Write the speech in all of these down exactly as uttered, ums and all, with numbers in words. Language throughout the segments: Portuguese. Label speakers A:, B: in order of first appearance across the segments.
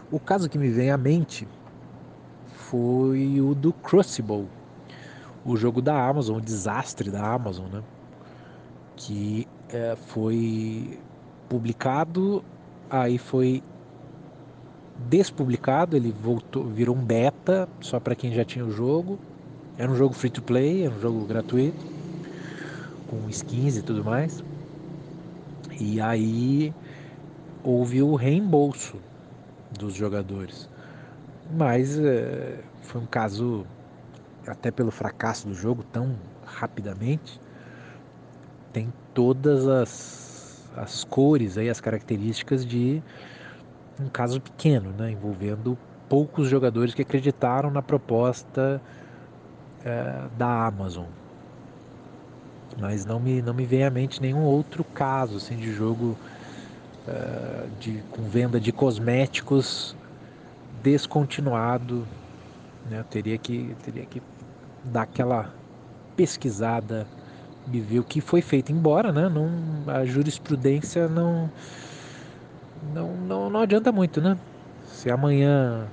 A: O caso que me vem à mente foi o do Crucible, o jogo da Amazon, o desastre da Amazon, né? Que é, foi publicado, aí foi despublicado, ele voltou, virou um beta só para quem já tinha o jogo. Era um jogo free to play, era um jogo gratuito, com skins e tudo mais. E aí houve o reembolso dos jogadores. Mas é, foi um caso, até pelo fracasso do jogo tão rapidamente, tem todas as, as cores aí, as características de um caso pequeno, né, envolvendo poucos jogadores que acreditaram na proposta é, da Amazon. Mas não me, não me vem à mente nenhum outro caso assim, de jogo uh, de, com venda de cosméticos descontinuado. Né? Eu teria que, teria que dar aquela pesquisada e ver o que foi feito. Embora né, não, a jurisprudência não, não, não, não adianta muito. Né? Se amanhã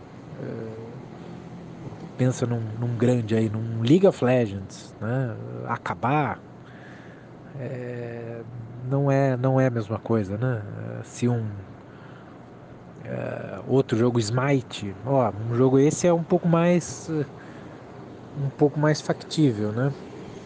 A: pensa num, num grande aí, num League of Legends, né? Acabar, é, não é não é a mesma coisa, né? Se um uh, outro jogo Smite, ó, um jogo esse é um pouco mais uh, um pouco mais factível, né?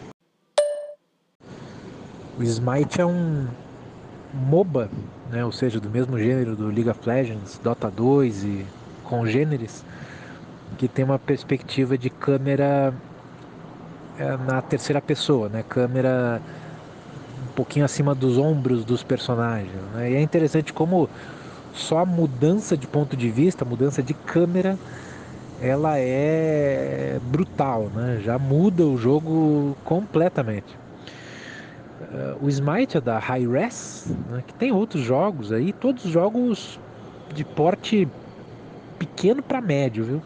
A: O Smite é um MOBA, né? Ou seja, do mesmo gênero do League of Legends, Dota dois e congêneres, que tem uma perspectiva de câmera uh, na terceira pessoa, né? Câmera um pouquinho acima dos ombros dos personagens, né? E é interessante como só a mudança de ponto de vista, a mudança de câmera, ela é brutal, né? Já muda o jogo completamente. Uh, o Smite é da Hi-Res, né? Que tem outros jogos aí, todos jogos de porte pequeno para médio, viu?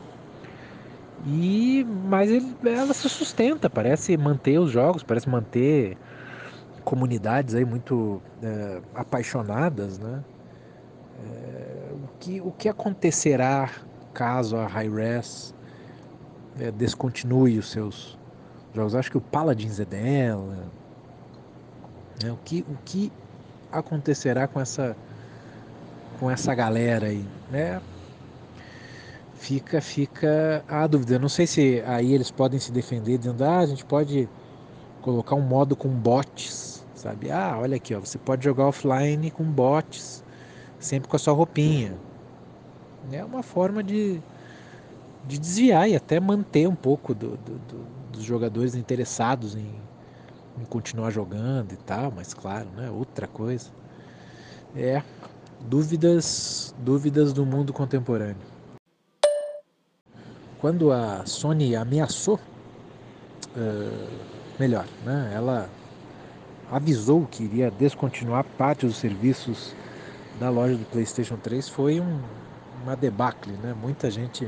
A: E mas ele, ela se sustenta, parece manter os jogos, parece manter comunidades aí muito é, apaixonadas, né? O que, o que acontecerá caso a Hi-Res é, descontinue os seus jogos? Acho que o Paladins é dela. Né? O, que, o que acontecerá com essa, com essa galera aí? Né? Fica, fica a dúvida. Eu não sei se aí eles podem se defender dizendo, ah, a gente pode colocar um modo com bots, sabe? Ah, olha aqui, ó, você pode jogar offline com bots, sempre com a sua roupinha. É uma forma de, de desviar e até manter um pouco do, do, do, dos jogadores interessados em, em continuar jogando e tal, mas claro, né? Outra coisa. É, dúvidas, dúvidas do mundo contemporâneo. Quando a Sony ameaçou, melhor, né? Ela avisou que iria descontinuar parte dos serviços da loja do PlayStation três, foi um, uma debacle, né? Muita gente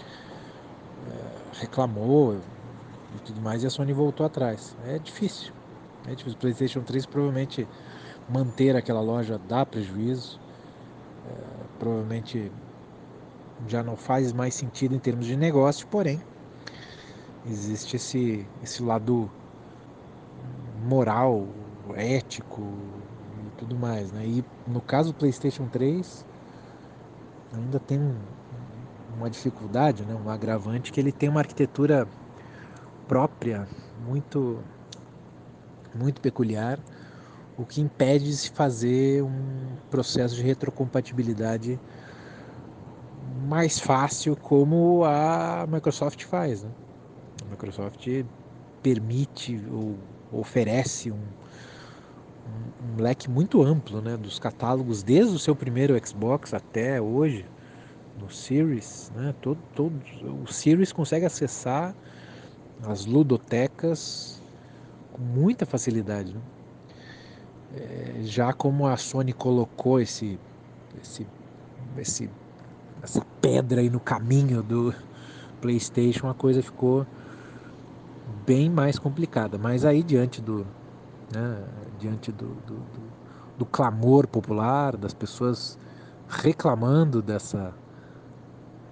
A: reclamou e tudo mais, e a Sony voltou atrás. É difícil. É difícil. O PlayStation três provavelmente manter aquela loja dá prejuízo. Provavelmente já não faz mais sentido em termos de negócio, porém existe esse, esse lado moral, ético e tudo mais, né? E no caso do PlayStation três ainda tem um, uma dificuldade, né? Um agravante que ele tem uma arquitetura própria muito muito peculiar, o que impede de se fazer um processo de retrocompatibilidade mais fácil como a Microsoft faz, né? A Microsoft permite ou oferece um, um, um leque muito amplo, né, dos catálogos desde o seu primeiro Xbox até hoje no Series, né? Todo, todo o Series consegue acessar as ludotecas com muita facilidade, né? É, já como a Sony colocou esse, esse, esse, essa pedra aí no caminho do PlayStation, a coisa ficou bem mais complicada. Mas aí diante do, né, diante do, do, do, do clamor popular, das pessoas reclamando dessa,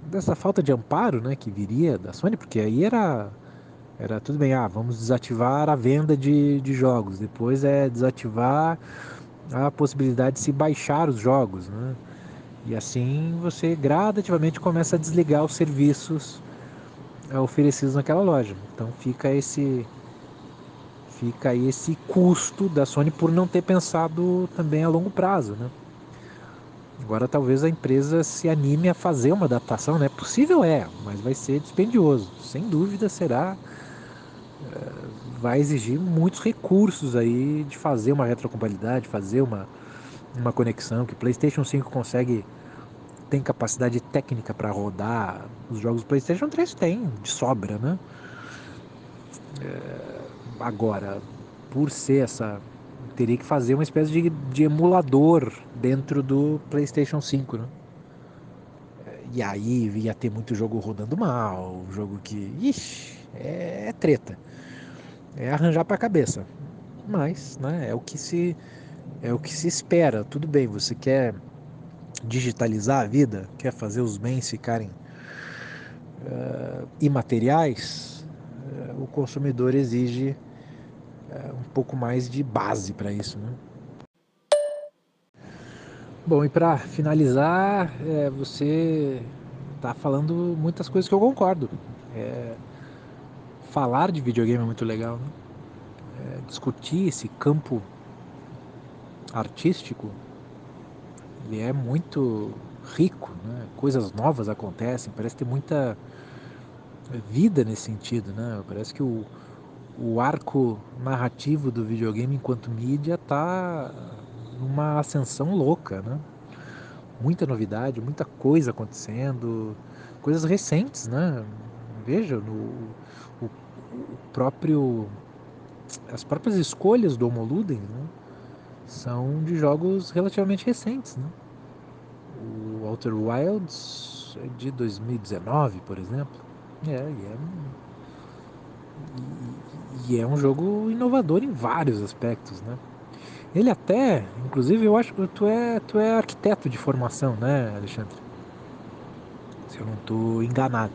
A: dessa falta de amparo, né, que viria da Sony, porque aí era, era tudo bem, ah, vamos desativar a venda de, de jogos, depois é desativar a possibilidade de se baixar os jogos, né? E assim você gradativamente começa a desligar os serviços é, oferecidos naquela loja. Então fica esse fica aí esse custo da Sony por não ter pensado também a longo prazo, né? Agora talvez a empresa se anime a fazer uma adaptação, né? Possível é, mas vai ser dispendioso. Sem dúvida será, vai exigir muitos recursos aí de fazer uma retrocompatibilidade, fazer uma, uma conexão que o PlayStation cinco consegue, tem capacidade técnica para rodar os jogos do PlayStation três tem de sobra, né? Agora, por ser essa, teria que fazer uma espécie de, de emulador dentro do PlayStation cinco, né? E aí ia ter muito jogo rodando mal, jogo que, ixi, é, é treta, é arranjar para a cabeça. Mas, né, é o que se é o que se espera. Tudo bem, você quer digitalizar a vida, quer fazer os bens ficarem uh, imateriais, uh, o consumidor exige uh, um pouco mais de base para isso, né? Bom, e para finalizar, é, você tá falando muitas coisas que eu concordo. É, falar de videogame é muito legal, né? É, discutir esse campo artístico, ele é muito rico, né? Coisas novas acontecem, parece ter muita vida nesse sentido, né? Parece que o, o arco narrativo do videogame enquanto mídia tá numa ascensão louca, né? Muita novidade, muita coisa acontecendo, coisas recentes, né? Veja, no, o, o próprio, as próprias escolhas do Homo Ludens, né? São de jogos relativamente recentes, né? O Outer Wilds é de dois mil e dezenove, por exemplo. É, e é, e, e é um jogo inovador em vários aspectos, né? Ele até, inclusive, eu acho que tu é, tu é arquiteto de formação, né, Alexandre? Se eu não estou enganado.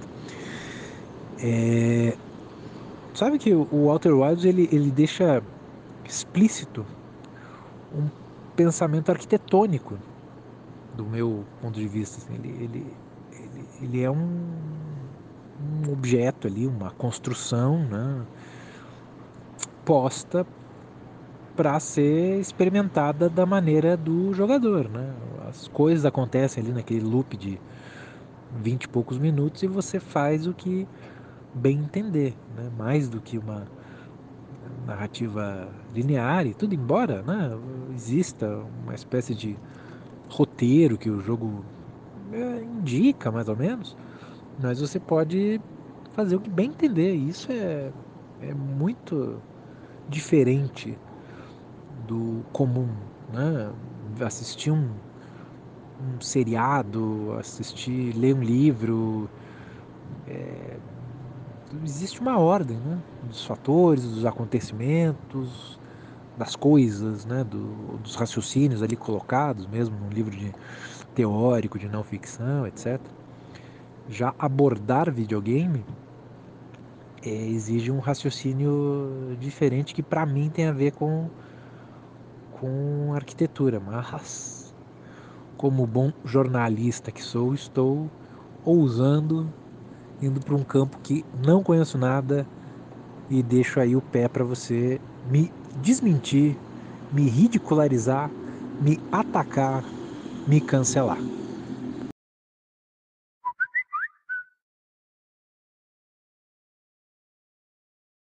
A: É, sabe que o Walter Wilds ele, ele deixa explícito um pensamento arquitetônico do meu ponto de vista. Assim, ele, ele, ele, ele é um, um objeto ali, uma construção, né, posta para ser experimentada da maneira do jogador, né? As coisas acontecem ali naquele loop de vinte e poucos minutos e você faz o que bem entender, né? Mais do que uma narrativa linear e tudo, embora, né, exista uma espécie de roteiro que o jogo é, indica, mais ou menos, mas você pode fazer o que bem entender. E isso é, é muito diferente do comum, né? Assistir um, um seriado, assistir, ler um livro, existe uma ordem, né? Dos fatores, dos acontecimentos, das coisas, né? Do, dos raciocínios ali colocados, mesmo num livro de teórico, de não ficção, etcétera. Já abordar videogame é, exige um raciocínio diferente que para mim tem a ver com, com arquitetura, mas como bom jornalista que sou, estou ousando, indo para um campo que não conheço nada e deixo aí o pé para você me desmentir, me ridicularizar, me atacar, me cancelar.